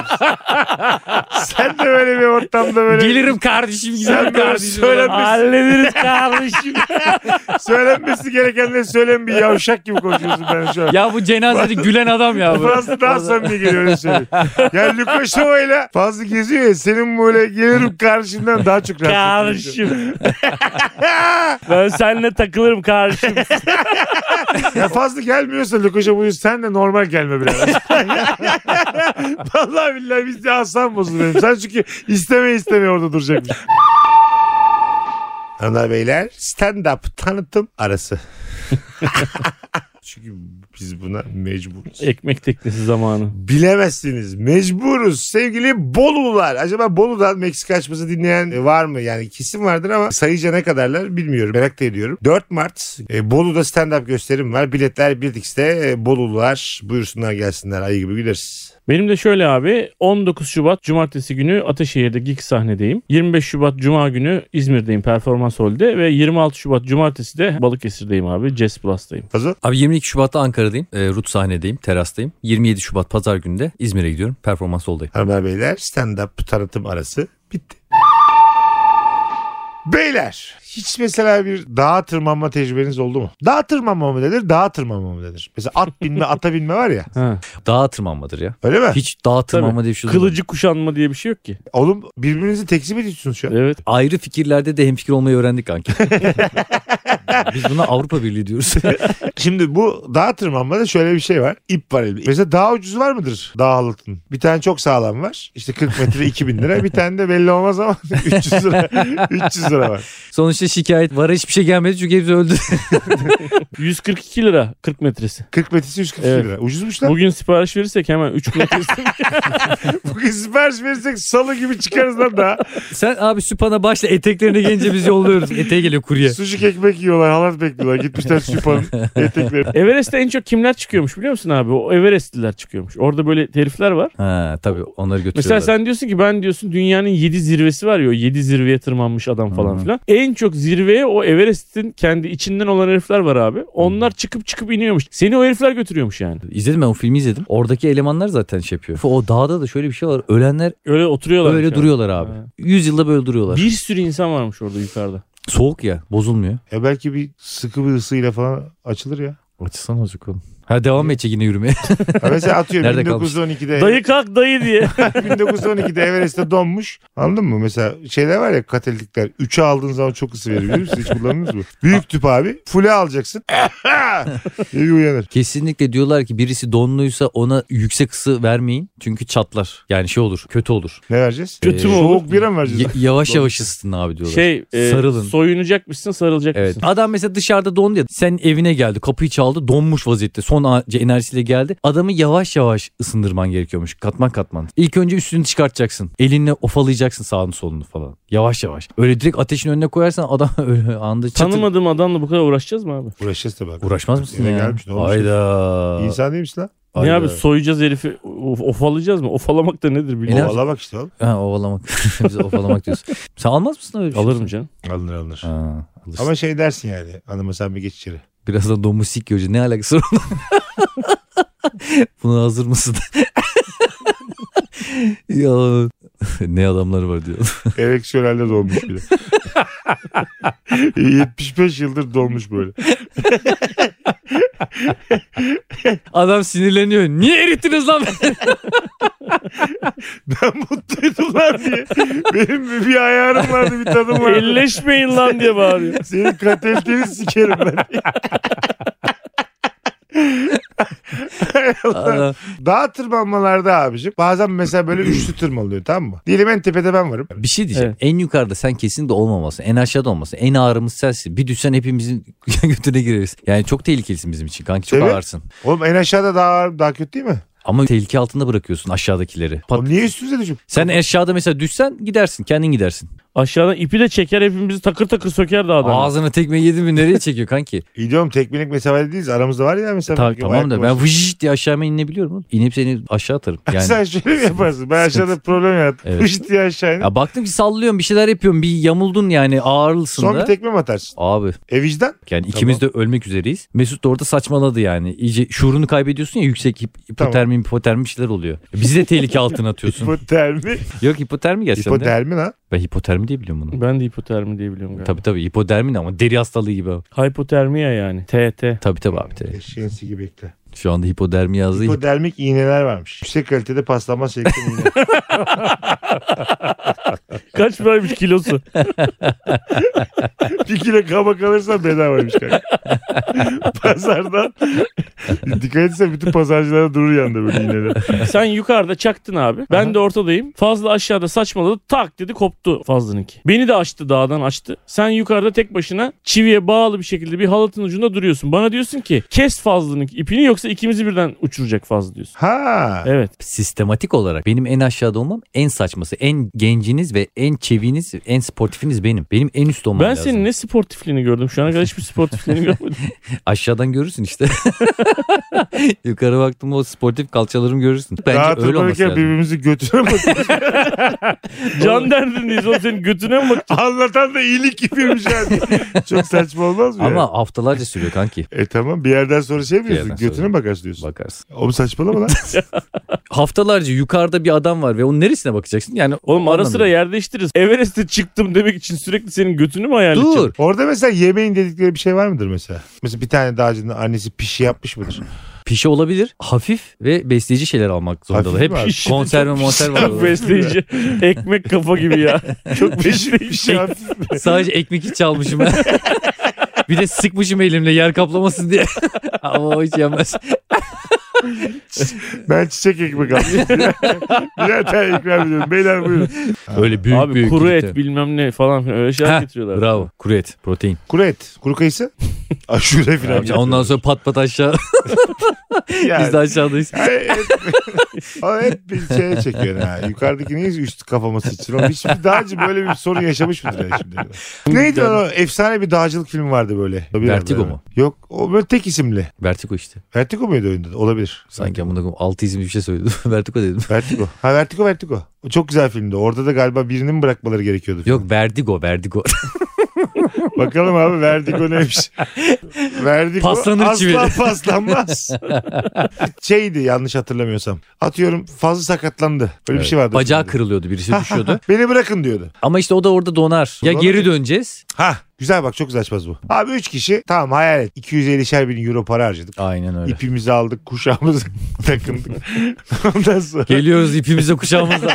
Sen de böyle bir ortamda böyle Gelirim kardeşim. Sen Gelirim böyle kardeşim. söyle- Hallederiz kardeşim. söylenmesi gerekenleri söyleyen bir yavşak gibi konuşuyorsun ben şu an. Ya bu cenazede gülen adam ya bu. Fazla daha samimi geliyor öyle söyleyeyim. Yani Lukashenko'yla fazla geziyor ya senin böyle gelirim karşımdan daha çok rahatsız ediyor. Kardeşim. Ben seninle takılırım kardeşim. Ya fazla gelmiyorsa Lukashenko'yu sen de normal gelme birader. Vallahi billahi biz de aslan bozulur benim. Sen çünkü isteme isteme orada duracakmış. Hanımlar beyler stand-up tanıtım arası. Çünkü biz buna mecburuz. Ekmek teknesi zamanı. Bilemezsiniz. Mecburuz. Sevgili Bolulular. Acaba Bolu'dan Meksika açması dinleyen var mı? Yani kesin vardır ama sayıca ne kadarlar bilmiyorum. Merak da ediyorum. dört Mart e, Bolu'da stand-up gösterim var. Biletler Biletix'te. E, Bolulular buyursunlar gelsinler. Ayı gibi gideriz. Benim de şöyle abi, on dokuz Şubat Cumartesi günü Ataşehir'de Geek sahnedeyim. yirmi beş Şubat Cuma günü İzmir'deyim Performans Hall'de ve yirmi altı Şubat Cumartesi de Balıkesir'deyim abi, Jazz Plus'tayım. Fazla. Abi yirmi iki Şubat'ta Ankara'dayım. E, Rut sahnedeyim. Terastayım. yirmi yedi Şubat Pazar günü de İzmir'e gidiyorum. Performans Hall'dayım. Hanımlar beyler, stand-up tanıtım arası bitti. Beyler, hiç mesela bir dağa tırmanma tecrübeniz oldu mu? Dağa tırmanma mı denir, dağa tırmanma mı denir? Mesela at binme, ata binme var ya. Ha. Dağa tırmanmadır ya. Öyle mi? Hiç dağa tırmanma diye bir şey yok. Kılıcı kuşanma diye bir şey yok ki. Oğlum birbirinizi tekzip ediyorsunuz şu an. Evet. Ayrı fikirlerde de hemfikir olmayı öğrendik kanki. Biz buna Avrupa Birliği diyoruz. Şimdi bu dağ tırmanmada şöyle bir şey var. İp var elimde. Mesela daha ucuzu var mıdır dağ halatının? Bir tane çok sağlam var. İşte kırk metre iki bin lira. Bir tane de belli olmaz ama üç yüz lira. üç yüz lira var. Sonuçta şikayet var, hiçbir şey gelmedi çünkü hepsi öldü. yüz kırk iki lira kırk metresi. kırk metresi yüz kırk iki Evet. lira. Ucuzmuş lan. Bugün sipariş verirsek hemen üç metresi. Bugün sipariş verirsek salı gibi çıkarız lan daha. Sen abi Süphan'a başla, eteklerine gelince biz yolluyoruz. Eteğe geliyor kurye. Sucuk ekmek yiyorlar, halat bekliyorlar. Gitmişler Süphan'ın etekleri. Everest'te en çok kimler çıkıyormuş biliyor musun abi? O Everest'liler çıkıyormuş. Orada böyle herifler var. Ha tabii, onları götürüyorlar. Mesela sen diyorsun ki ben diyorsun dünyanın yedi zirvesi var ya, o yedi zirveye tırmanmış adam falan Hı-hı. filan. En çok zirveye o Everest'in kendi içinden olan herifler var abi. Onlar çıkıp çıkıp iniyormuş. Seni o herifler götürüyormuş yani. İzledim, ben o filmi izledim. Oradaki elemanlar zaten şey yapıyor. O dağda da şöyle bir şey var. Ölenler Öyle oturuyorlar. öyle duruyorlar abi. Ha. yüz yılda böyle duruyorlar. Bir sürü insan varmış orada yukarıda. Soğuk ya, bozulmuyor. E belki bir sıkı bir ısıyla falan açılır ya. Açısana olacak oğlum. Ha devam edecek yine yürümeye. Ha mesela atıyorum Nerede bin dokuz yüz on ikide Dayı kalk dayı diye. bin dokuz yüz on ikide Everest'te donmuş. Anladın mı? Mesela şeyler var ya, katalitikler. üçe aldığın zaman çok ısı verir. Biliyor musun? Hiç kullandınız mı? Büyük tüp abi. Full'e alacaksın. İyi uyanır. Kesinlikle diyorlar ki birisi donluysa ona yüksek ısı vermeyin. Çünkü çatlar. Yani şey olur, kötü olur. Ne vereceğiz? Kötü Ee, mü olur? Soğuk bira mı vereceğiz? Y- yavaş yavaş ısıtın abi diyorlar. Şey e, Sarılın. soyunacakmışsın, sarılacak Evet. mısın? Adam mesela dışarıda dondu ya. Sen evine geldi, kapıyı çaldı, donmuş vaziyette. Son a- enerjisiyle geldi. Adamı yavaş yavaş ısındırman gerekiyormuş. Katman katman. İlk önce üstünü çıkartacaksın. Elinle ofalayacaksın sağını solunu falan. Yavaş yavaş. Öyle direkt ateşin önüne koyarsan adam öyle anda çatır. Tanımadığım adamla bu kadar uğraşacağız mı abi? Uğraşacağız tabii. Uğraşmaz mısın Eve ya? gelmiş, ne olmuş? Hayda. İnsan değilmiş lan. Niye Hayda. abi soyacağız herifi, of- ofalayacağız mı? Ofalamak da nedir E, bilmiyorum. Ovala bak işte oğlum. Ha ovalamak. Biz ofalamak diyorsun. Sen almaz mısın öyle bir şey? Alırım canım. Alınır alınır. Ha, alırsın. Ama şey dersin yani. Hanıma sen bir geç içeri. Birazdan domusik yiyor. Ne alakası var onun? Buna hazır mısın? Ya ne adamlar var diyor. Ereksiyonelde dolmuş bile. yetmiş beş yıldır dolmuş böyle. Adam sinirleniyor. Niye erittiniz lan? Ben mutluydum lan diye. Benim bir, bir ayarım vardı, bir tadım vardı. Elleşmeyin lan diye bağırıyor. Senin katelteni sikerim ben diye. Adam, Dağ tırmanmalarda abicim bazen mesela böyle üçlü tırmalıyor, tamam mı? Diyelim en tepede ben varım. bir şey diyeceğim. Evet. En yukarıda sen kesinlikle olmamalısın. En aşağıda olmasın. En ağırımız sensin. Bir düşsen hepimizin götüne gireriz. Yani çok tehlikelisin bizim için kanki. Çok Evet. ağırsın. Oğlum en aşağıda daha ağır, daha kötü değil mi? Ama tehlike altında bırakıyorsun aşağıdakileri. Pat- Oğlum niye üstümüze düşüp? Sen aşağıda mesela düşsen gidersin. Kendin gidersin. Aşağıdan ipi de çeker, hepimizi takır takır söker de adam. Ağzına tekme yedin mi nereye çekiyor kanki? İyi diyorum, tekmelik mesafede değiliz. Aramızda var ya mesela. Ta- tamam da ben vıjj diye aşağıma inebiliyorum. oğlum. İnip seni aşağı atarım. Yani. Sen şöyle mi yaparsın? Ben aşağıda problem yarattım. Evet. Fışt diye aşağı inip. Ya baktım ki sallıyorum, bir şeyler yapıyorum. Bir yamuldun yani, ağırlısın Son da. bir tekme mi atarsın? Abi E vicdan. yani ikimiz de ölmek üzereyiz. Mesut da orada saçmaladı yani. İyice şuurunu kaybediyorsun ya, yüksek hip- hipotermi hipotermi bir şeyler oluyor. Bizi de tehlike altına atıyorsun. Hipotermi. Yok hipotermi gerçekten. de. Hipotermi lan. Ben hipotermi diye biliyorum bunu. Ben de hipotermi diye biliyorum galiba. Tabii tabii hipotermi ne ama deri hastalığı gibi. o. Hipotermiya yani. T T. Tabii tabii abi. tabii. Eşeğinsi gibi bekle. Şu anda hipodermi yazdı. Hipodermik iğneler varmış. Yüksek kalitede paslanmaz şeklinde iğne. Kaç paraymış kilosu? Bir kilo kabak alırsan bedavaymış kanka. Pazardan. Dikkat etsen bütün pazarcılara durur yanında böyle iğneler. Sen yukarıda çaktın abi. Ben Aha. de ortadayım. Fazla aşağıda saçmaladı. Tak dedi, koptu Fazlı'nınki. Beni de açtı, dağdan açtı. Sen yukarıda tek başına çiviye bağlı bir şekilde bir halatın ucunda duruyorsun. Bana diyorsun ki kes Fazlı'nın ipini yoksa ikimizi birden uçuracak Fazlı diyorsun. Ha. Evet. Sistematik olarak benim en aşağıda olmam en saçması. En genciniz ve ve en çeviniz, en sportifiniz benim. Benim en üst olmam Ben lazım. senin ne sportifliğini gördüm? Şu ana kadar hiçbir sportifliğini görmedim. Aşağıdan görürsün işte. Yukarı baktım o sportif kalçalarımı görürsün. Bence Daha öyle olması tırmanırken lazım. birbirimizi götüne bakıyoruz. Can derdindeyiz oğlum, senin götüne mi bak? Anlatan da iyilik yapıyormuş yani. Çok saçma olmaz mı Ama yani? haftalarca sürüyor kanki. E tamam, bir yerden sonra şey mi diyorsun? yerden Götüne sonra. bakarsın diyorsun. Bakarsın. Oğlum saçmalama lan. Haftalarca yukarıda bir adam var ve onun neresine bakacaksın? Yani Oğlum ara sıra anlamıyorum. yer değiştiririz. Everest'e çıktım demek için sürekli senin götünü mü hayal edeceğim? Dur. Orada mesela yemeğin dedikleri bir şey var mıdır mesela? Mesela bir tane dağcının annesi pişi yapmış mıdır? Pişi olabilir. Hafif ve besleyici şeyler almak zorundalar. Hafif Hep mi abi? Pişi de konserve çok monserve Çok var. besleyici. Ekmek kafa gibi ya. Çok Pişi, besleyici. pişi hafif mi? Sadece ekmek hiç çalmışım ben. Bir de sıkmışım elimle yer kaplamasın diye. Ama o hiç yenmez. Ben çiçek ekmek aldım. Birer tane ikram ediyorum. Beyler buyurun. Öyle büyük Abi büyük. kuru gidip de. et bilmem ne falan öyle şeyler Heh, getiriyorlar. Bravo. Kuru et. Protein. Kuru et. Kuru kayısı. Aşure falan. Ondan sonra pat pat aşağı. Yani- Biz de aşağıdayız. Ay, hep, o hep bir şeye çekiyor ha. Yukarıdaki niye üstü kapaması için? O hiçbir dağcı böyle bir sorun yaşamış mıdır ya şimdi? Neydi lan o? Efsane bir dağcılık filmi vardı böyle. Bir Vertigo yerde. mu? Yok. O böyle tek isimli. Vertigo işte. Vertigo muydu oyunda? Olabilir. Sanki amına koyayım altı isimli bir şey söyledim. Vertigo dedim. Vertigo. Ha Vertigo Vertigo. O çok güzel filmdi. Orada da galiba birini mi bırakmaları gerekiyordu? Yok Vertigo Vertigo. Bakalım abi Vertigo neymiş? Vertigo Paslanır asla çivili. paslanmaz. Şeydi yanlış hatırlamıyorsam. Atıyorum fazla sakatlandı. Böyle bir şey vardı. Bacağı kırılıyordu birisi düşüyordu. Beni bırakın diyordu. Ama işte o da orada donar. Ya Donar geri mı? döneceğiz. Ha güzel bak çok güzel açmaz bu. Abi üç kişi tamam hayal et. iki yüz ellişer bin euro para harcadık. Aynen öyle. İpimizi aldık, kuşağımızı takındık. Ondan sonra Geliyoruz ipimize kuşağımızla.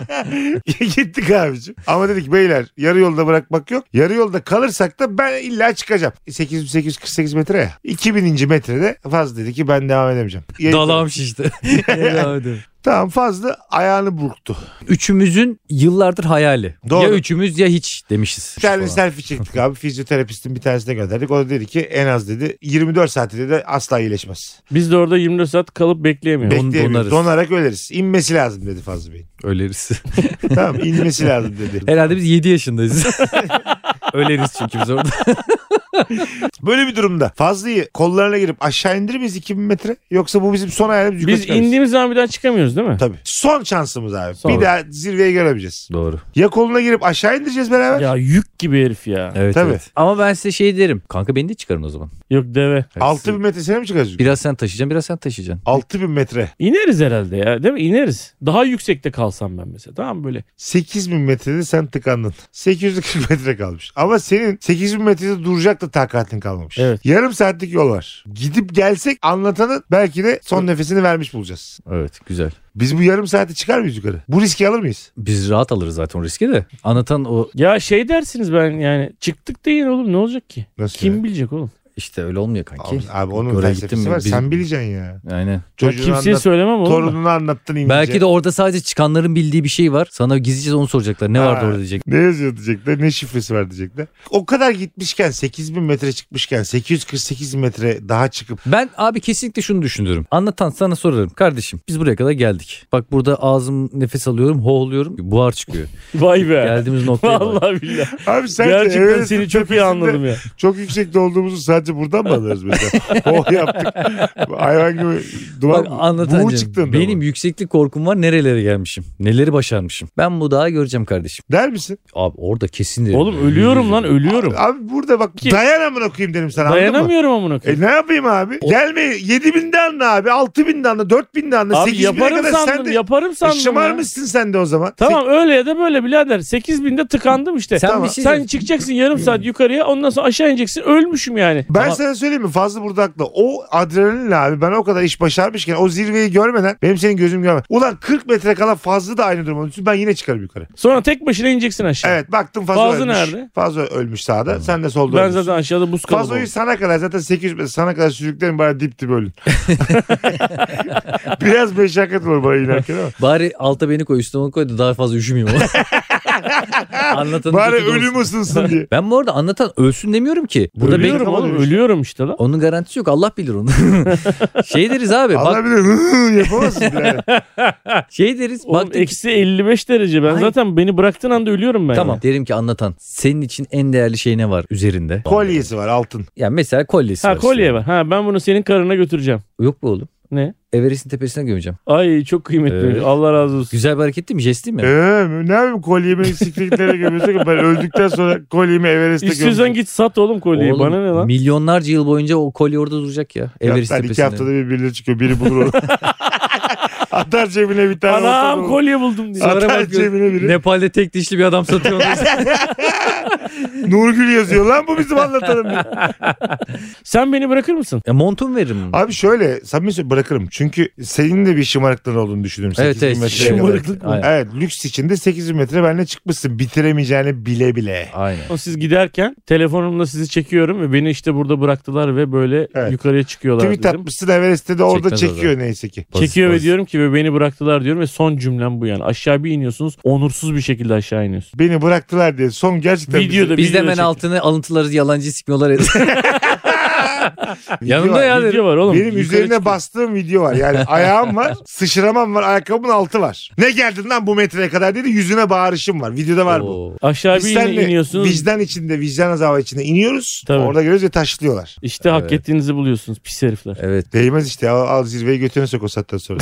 gittik abicim. Ama dedik beyler yarı yolda bırakmak yok. Yarı yolda kalırsak da ben illa çıkacağım. sekiz bin sekiz yüz kırk sekiz metre ya. iki bininci metrede Faz dedi ki ben devam edemeyeceğim. Yayın- Dalağım şişti. Devam edelim. Tamam Fazlı ayağını burktu. Üçümüzün yıllardır hayali. Doğru. Ya üçümüz ya hiç demişiz. Bir tane Falan. selfie çektik abi. Fizyoterapistin bir tanesine gönderdik. O da dedi ki en az dedi yirmi dört saatte dedi asla iyileşmez. Biz de orada yirmi dört saat kalıp bekleyemiyoruz. Don- Bekleyemiyoruz. donarız. Donarak öleriz. İnmesi lazım dedi Fazlı Bey'in. Öleriz. Tamam inmesi lazım dedi. Herhalde biz yedi yaşındayız. Öleriz çünkü biz orada. Böyle bir durumda Fazlı'yı kollarına girip aşağı indirir miyiz iki bin metre? Yoksa bu bizim son hayalimiz yukarı Biz çıkarız. indiğimiz zaman bir daha çıkamıyoruz değil mi? Tabii. Son şansımız abi. Son. Bir daha zirveye göremeyeceğiz. Doğru. Ya koluna girip aşağı indireceğiz beraber. Ya yük gibi herif ya. Evet, Tabii. evet. Ama ben size şey derim. Kanka beni de çıkarın o zaman. Yok deve. altı bin metresine mi çıkacağız? Biraz sen taşıyacaksın biraz sen taşıyacaksın. altı bin metre. İneriz herhalde ya değil mi? İneriz. Daha yüksekte kalsam ben mesela, tamam mı böyle? sekiz bin metrede sen tıkandın. sekiz yüz kırk metre kalmış. Ama senin sekiz bin metrede duracak da takatin kalmamış. Evet. Yarım saatlik yol var. Gidip gelsek anlatanın belki de son nefesini vermiş bulacağız. Evet güzel. Biz bu yarım saati çıkar mıyız yukarı? Bu riski alır mıyız? Biz rahat alırız zaten o riski de. Anlatan o Ya şey dersiniz, ben yani çıktık deyin oğlum, ne olacak ki? Nasıl Kim ya? bilecek oğlum? işte öyle olmuyor kanki. Abi, abi onun Oraya felsefesi gittin mi? var. Biz- Sen bileceksin ya. Aynen. Ya Çocuğunu kimseye anlat, söylemem oğlum. da. torununu anlattın ince. Belki de orada sadece çıkanların bildiği bir şey var. Sana gizlice onu soracaklar. Ne Ha. vardı orada diyecek. Ne yazıyor diyecekler, ne şifresi var diyecekler. O kadar gitmişken sekiz bin metre çıkmışken sekiz yüz kırk sekiz metre daha çıkıp Ben abi kesinlikle şunu düşünüyorum. Anlatan sana sorarım. Kardeşim biz buraya kadar geldik. Bak burada ağzım nefes alıyorum, hoğluyorum. Buhar çıkıyor. Vay be. Geldiğimiz noktaya bak. Vallahi billahi. abi sen Gerçekten seni çok iyi anladım ya. Çok yüksekte olduğumuzu sadece buradan mı alırız mesela? Oh yaptık. Hayvan gibi Bak duvar buğu anlatancığım. çıktığında Benim mı? yükseklik korkum var. Nerelere gelmişim. Neleri başarmışım. Ben bu dağı göreceğim kardeşim. Der misin? Abi orada kesin derim. Oğlum ölüyorum lan, ölüyorum. Abi burada bak Ki- dayan amına koyayım derim sana, anladın mı? Dayanamıyorum amına E koyayım. ne yapayım abi? Gelme yedi binde anla abi. altı binde anla. dört binde anla. Abi sekiz bine yaparım kadar sandım, sen de yaparım e, sandım ya. şımarmışsın sen de o zaman. Tamam öyle ya da böyle birader. sekiz binde tıkandım işte. Sen Tamam. bir şey Sen çıkacaksın yarım saat yukarıya, ondan sonra aşağı ineceksin, ölmüşüm yani. Ben Tamam. sana söyleyeyim mi? Fazla burada haklı. O adrenalinle abi ben o kadar iş başarmışken o zirveyi görmeden benim senin gözüm görmedi. Ulan kırk metre kala Fazlı da aynı duruma düşsün. Ben yine çıkarım yukarı. Sonra tek başına ineceksin aşağı. Evet baktım Fazla Fazlı ölmüş. nerede? Fazla ölmüş sağda. Sen de solda Ben ölmüşsün. zaten aşağıda buz kalıbı Fazla'yı oldum. sana kadar zaten sekiz yüz metre sana kadar sürüklerim bana dip dip ölün. Biraz meşakkat olur bana inerken ama. Bari alta beni koy üstüne onu koy da daha fazla üşümeyeyim ama. Anlatanın Bari kötü de ölüm olsun. ısınsın diye. Ben bu arada anlatan ölsün demiyorum ki. Burada Ölüyorum benim oğlum, ölüyorum işte lan. onun garantisi yok. Allah bilir onu. Şey deriz abi. Allah Bak bilir hı hı yapamazsın birader. şey deriz. Oğlum Bak eksi elli beş derece. Ben Hayır. zaten beni bıraktığın anda ölüyorum ben. tamam ya. derim ki anlatan senin için en değerli şey ne var üzerinde? Kolyesi var altın. Yani mesela kolyesi Ha var. kolye işte. var. Ha ben bunu senin karına götüreceğim. Yok bu oğlum. Ne? Everest'in tepesine gömeceğim. Ay çok kıymetliymiş. Evet. Allah razı olsun. Güzel bir hareket değil mi? Jest değil mi? Ee, ne yapayım kolyemi sikliklere gömüyorsun ki ben öldükten sonra kolyemi Everest'e İstiyorsan gömüyorum. git sat oğlum kolyeyi. Oğlum, Bana ne lan? milyonlarca yıl boyunca o kolye orada duracak ya. Everest Hatta iki tepesinde. haftada bir birileri çıkıyor. Biri bulur onu. Atar cebine bir tane. Anam otur- kolye buldum diye. Sonra Sonra Atar bakıyoruz, cebine biri. Nepal'de tek dişli bir adam satıyor onu. Nurgül yazıyor lan bu bizim anlatalım. diye. Sen beni bırakır mısın? E, montum veririm. Abi şöyle samimi söyleyeyim, bırakırım. Çünkü senin de bir şımarıklığın olduğunu düşünüyorum. Evet, sekiz bin evet, metreye kadar. şımarıklık mı? Aynen. Evet lüks içinde sekiz bin metre benimle çıkmışsın. Bitiremeyeceğini bile bile. Aynen. O siz giderken telefonumla sizi çekiyorum ve beni işte burada bıraktılar ve böyle Evet. yukarıya çıkıyorlar Tweet dedim. atmışsın Everest'te de orada Çekmez o çekiyor neyse ki. Çekiyor Basit, ve diyorum ki ve beni bıraktılar diyorum ve son cümlem bu yani. Aşağı bir iniyorsunuz onursuz bir şekilde aşağı iniyorsun. Beni bıraktılar diye son gerçekten Videoda- Biz de hemen çektim. altını alıntıları yalancı sikmiyorlar. Video Yanımda var. ya dedim. Video var oğlum. Benim Yukarı üzerine çıkıyor. bastığım video var. Yani ayağım var, sıçramam var, ayakkabımın altı var. Ne geldin lan bu metreye kadar dedi yüzüne bağırışım var. Videoda var bu. Oo. Aşağı Biz bir ine seninle iniyorsunuz. vicdan içinde, vicdan azabı içinde iniyoruz. Tabii. Orada görüyoruz ve taşlıyorlar. İşte hak Evet. ettiğinizi buluyorsunuz pis herifler. Evet. Değmez işte al, al zirveyi götüne sok o saatten sonra.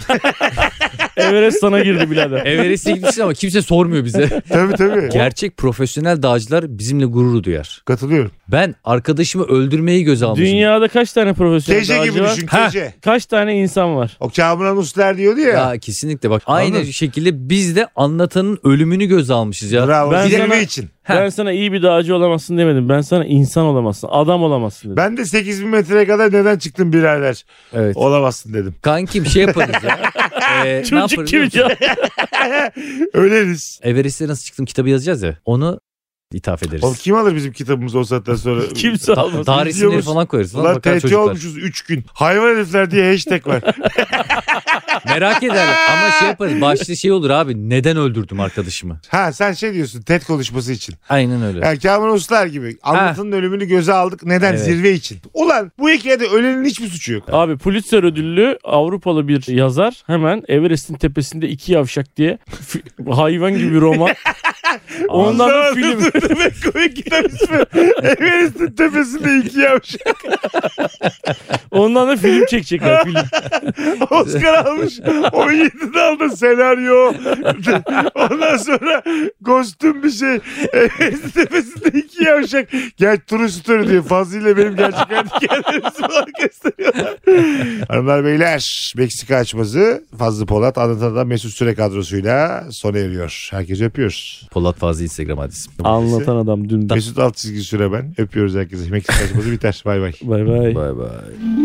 Everest sana girdi birader. Everest'e gitmişsin ama kimse sormuyor bize. tabii tabii. Gerçek profesyonel dağcılar bizimle gurur duyar. Katılıyorum. Ben arkadaşımı öldürmeyi göze almışım. Dünyada kaç tane profesyonel Kece dağcı gibi var? düşün Ha. kece. Kaç tane insan var? O Kamuran Usler diyordu ya. Ya kesinlikle bak aynı Anladın? şekilde biz de anlatanın ölümünü göze almışız ya. Bravo. Ben Zirve sana- için. Ha. Ben sana iyi bir dağcı olamazsın demedim. Ben sana insan olamazsın. Adam olamazsın dedim. Ben de sekiz bin metreye kadar neden çıktın birader? Evet. Olamazsın dedim. Kanki bir şey yaparız ya. Ee, ne Çocuk yaparız gibi biliyor musun? ya. Öleriz. Everest'e nasıl çıktım kitabı yazacağız ya. Onu ithaf ederiz. Oğlum kim alır bizim kitabımızı o saatten sonra? Kimse Ta- almaz. tarih isimleri İzliyormuş. falan koyarız. Lan Ulan bakar T T çocuklar. olmuşuz üç gün. Hayvan herifler diye hashtag var. Merak ederler ama şey yaparız. Başta şey olur abi. Neden öldürdüm arkadaşımı? ha sen şey diyorsun TED konuşması için. Aynen öyle. Yani Kamuran Uslar gibi. Anlatının ölümünü göze aldık. Neden? Evet. Zirve için. Ulan bu hikayede ölenin hiçbir suçu yok. Abi Pulitzer ödüllü Avrupalı bir yazar hemen Everest'in tepesinde iki yavşak diye fi- hayvan gibi bir roman. Ondan da Ağzına film. dur, ne komik kitap ismi. Everest'in tepesinde iki yavşak. Ondan da film çekecekler film. Oscar almış. on yedide aldı senaryo. Ondan sonra kostüm bir şey. Everest'in tepesinde iki yavşak. Gel True Story diye Fazlı ile benim gerçek hayat hikayelerimizi falan gösteriyorlar. Hanımlar beyler Meksika açması Fazlı Polat anlatan Mesut Süre kadrosuyla sona eriyor. Herkese öpüyoruz. Polat Fazlı Instagram adresim. Anlatan adam dün. Mesut alt çizgi süre ben. Öpüyoruz herkese. Meksika açması biter. Bay bay. Bay bay. Bay bay.